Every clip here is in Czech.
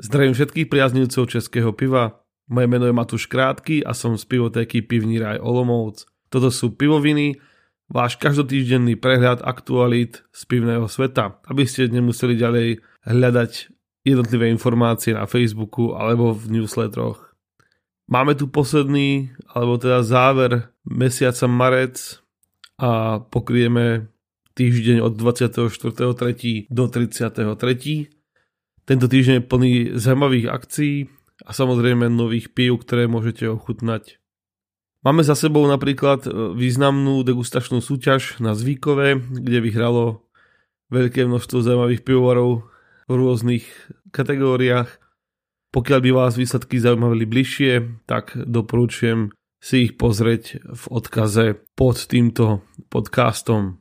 Zdravím všetkých priaznivcov českého piva. Moje meno je Matúš Krátky a som z pivotéky Pivní raj Olomouc. Toto sú Pivoviny, váš každotýždenný prehľad aktualít z pivného sveta, aby ste nemuseli ďalej hľadať jednotlivé informácie na Facebooku alebo v newsletteroch. Máme tu posledný, alebo teda záver mesiaca marec a pokryjeme týždeň od 24.3. do 33. Tento týždeň je plný zaujímavých akcií a samozrejme nových pív, ktoré môžete ochutnať. Máme za sebou napríklad významnú degustačnú súťaž na Zvíkove, kde vyhralo veľké množstvo zaujímavých pivovarov v rôznych kategóriách. Pokiaľ by vás výsledky zaujímavili bližšie, tak doporučujem si ich pozrieť v odkaze pod týmto podcastom.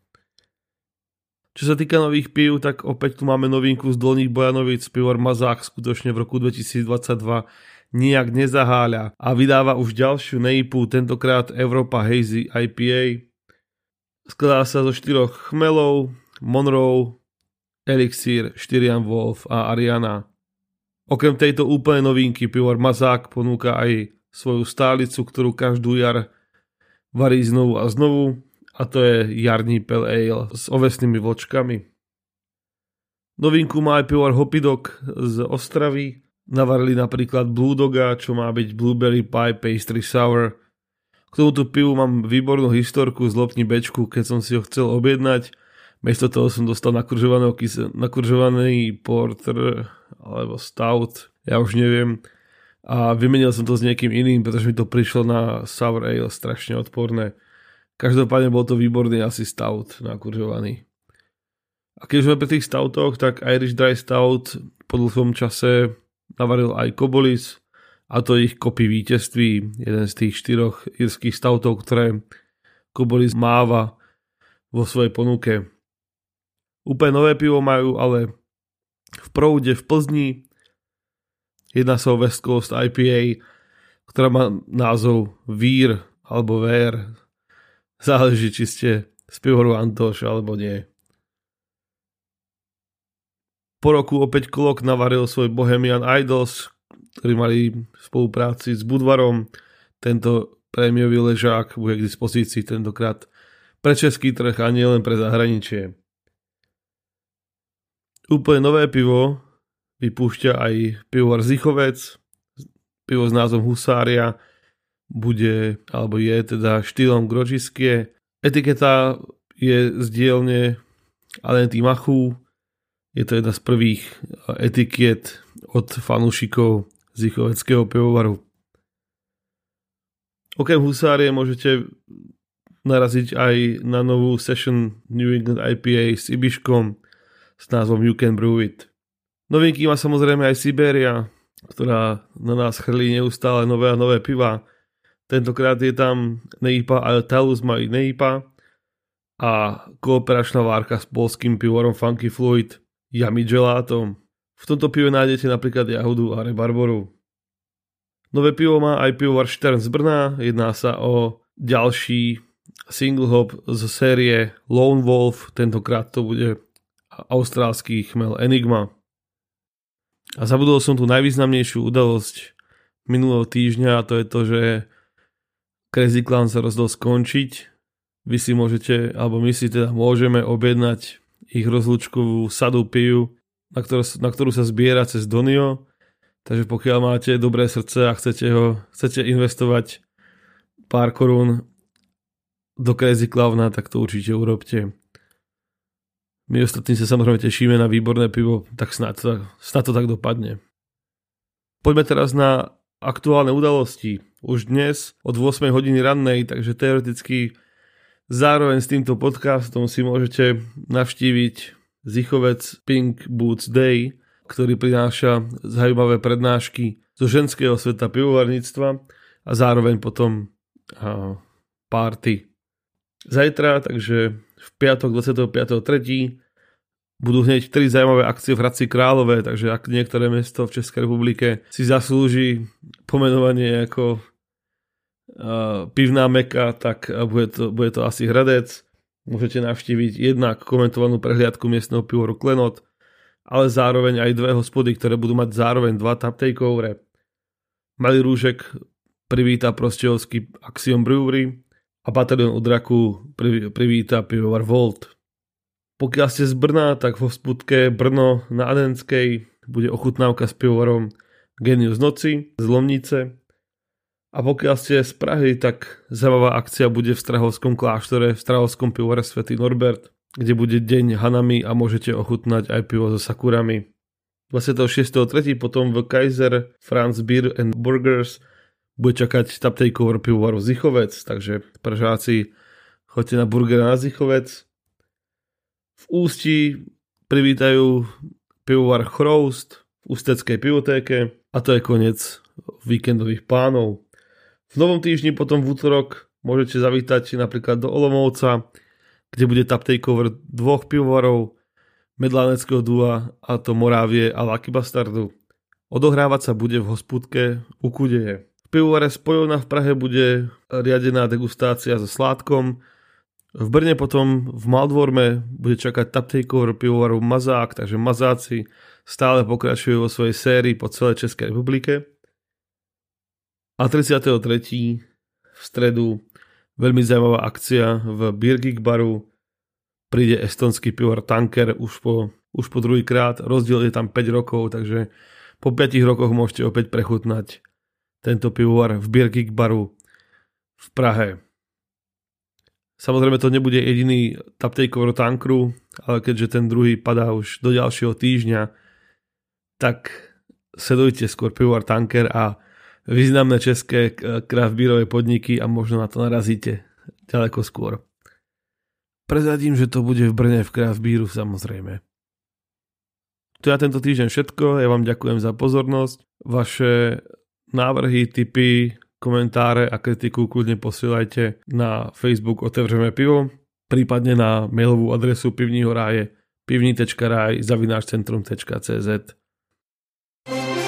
Čo sa týka nových pív, tak opäť tu máme novinku z Dolných Bojanovic. Pivovar Mazák skutočne v roku 2022 nijak nezaháľa a vydáva už ďalšiu NEIPu, tentokrát Europa Hazy IPA. Skladá sa zo 4 chmelov, Monroe, Elixir, Styrian Wolf a Ariana. Okrem tejto úplnej novinky pivovar Mazák ponúka aj svoju stálicu, ktorú každú jar varí znovu a znovu, a to je jarní Pale Ale s ovesnými vločkami. Novinku má aj pivovar Hopidog z Ostravy. Navarili napríklad Blue Doga, čo má byť Blueberry Pie Pastry Sour. K tomuto pivu mám výbornú historku z Lopni Bčku, keď som si ho chcel objednať. Miesto toho som dostal nakuržovaný porter alebo stout, ja už neviem. A vymenil som to s niekým iným, pretože mi to prišlo na sour ale strašne odporné. Každopádne bol to výborný asi stout nakuržovaný. A keď sme pri tých stoutoch, tak Irish Dry Stout po dlhom čase navaril aj Kobolis, a to ich kopy víťazství, jeden z tých 4 írskych stoutov, ktoré Kobolis máva vo svojej ponuke. Úplne nové pivo majú ale v Proude v Plzni. Jedná sa o West Coast IPA, ktorá má názov Vír alebo Vér. Záleží, či ste z pivovaru Antoš alebo nie. Po roku opäť Klok navaril svoj Bohemian Idols, ktorý mali v spolupráci s Budvarom. Tento prémiový ležák bude k dispozícii tentokrát pre český trh a nie len pre zahraničie. Úplne nové pivo vypúšťa aj pivovar Zichovec. Pivo s názvom Husária bude, alebo je teda štýlom grožiskie. Etiketa je z dielne Alenty Machu. Je to jedna z prvých etikiet od fanúšikov Zichoveckého pivovaru. Okrem Husárie môžete naraziť aj na novú Session New England IPA s Ibiškom s názvom You Can Brew It. Novinky má samozrejme aj Siberia, ktorá na nás chrlí neustále nové a nové piva. Tentokrát je tam NEIPA a Talus majú NEIPA a kooperačná várka s polským pivovarom Funky Fluid Yummy Gelato. V tomto pive nájdete napríklad jahodu a rebarboru. Nové pivo má aj pivovar Štern z Brna. Jedná sa o ďalší single hop z série Lone Wolf. Tentokrát to bude austrálsky chmel Enigma. A zabudol som tu najvýznamnejšiu udalosť minulého týždňa, a to je to, že Crazy Clown sa rozhodol skončiť. Vy si môžete, alebo my si teda môžeme objednať ich rozlúčkovú sadu pív, na ktorú sa zbiera cez Donio. Takže pokiaľ máte dobré srdce a chcete investovať pár korún do Crazy Clowna, tak to určite urobte. My ostatní sa samozrejme tešíme na výborné pivo, tak snad to tak dopadne. Poďme teraz na aktuálne udalosti. Už dnes od 8 hodiny rannej, takže teoreticky zároveň s týmto podcastom si môžete navštíviť Zichovec Pink Boots Day, ktorý prináša zaujímavé prednášky zo ženského sveta pivovarníctva a zároveň potom party. Zajtra, takže v piatok 25.3. budú hneď 3 zaujímavé akcie v Hradci Králové, takže ak niektoré mesto v Českej republike si zaslúži pomenovanie ako pivná meka, tak bude to asi Hradec. Môžete navštíviť jednak komentovanú prehliadku miestneho pivovaru Klenot ale zároveň aj dve hospody, ktoré budú mať zároveň 2 tap takeovery. Malý Rúžek privíta Prostějovský Axiom Brewery a Batalion u Draku privíta pivovar Volt. Pokiaľ ste z Brna, tak v hospodke Brno na Adenskej bude ochutnávka s pivovarom Genius Noci z Lomnice. A pokiaľ ste z Prahy, tak zaujímavá akcia bude v Strahovskom kláštore, v Strahovskom pivovare Svätý Norbert, kde bude deň Hanami a môžete ochutnať aj pivo so sakurami. 26.3. potom v Kaiser Franz Beer and Burgers bude čakať tap takeover pivovaru Zichovec, takže Pražáci, choďte na burgera na Zichovec. V Ústí privítajú pivovar Chroust v Ústeckej pivotéke a to je koniec víkendových plánov. V novom týždni potom v útorok môžete zavítať napríklad do Olomouca, kde bude tap takeover 2 pivovarov medláneckého dua, a to Morávie a Lucky Bastardu. Odohrávať sa bude v hospodke u Kudeje. V pivovare Spojovna v Prahe bude riadená degustácia so sládkom. V Brne potom v Maldvorme bude čakať tap takeover pivovaru Mazák, takže Mazáci stále pokračujú vo svojej sérii po celej Českej republike. A 33. v stredu veľmi zaujímavá akcia v Beer Geek baru. Príde estonský pivovar Tanker už po druhýkrát. Rozdiel je tam 5 rokov, takže po 5 rokoch môžete opäť prechutnať tento pivovar v Beer Geek baru v Prahe. Samozrejme to nebude jediný tap takeover Tankeru, ale keďže ten druhý padá už do ďalšieho týždňa, tak sledujte skôr pivovar Tanker a významné české craft beerové podniky a možno na to narazíte ďaleko skôr. Prezradím, že to bude v Brne v craft beeru samozrejme. To je tento týždeň všetko, ja vám ďakujem za pozornosť. Vaše návrhy, tipy, komentáre a kritiku kľudne posielajte na Facebook Otevřeme pivo, prípadne na mailovú adresu pivního ráje pivní.raj@centrum.cz.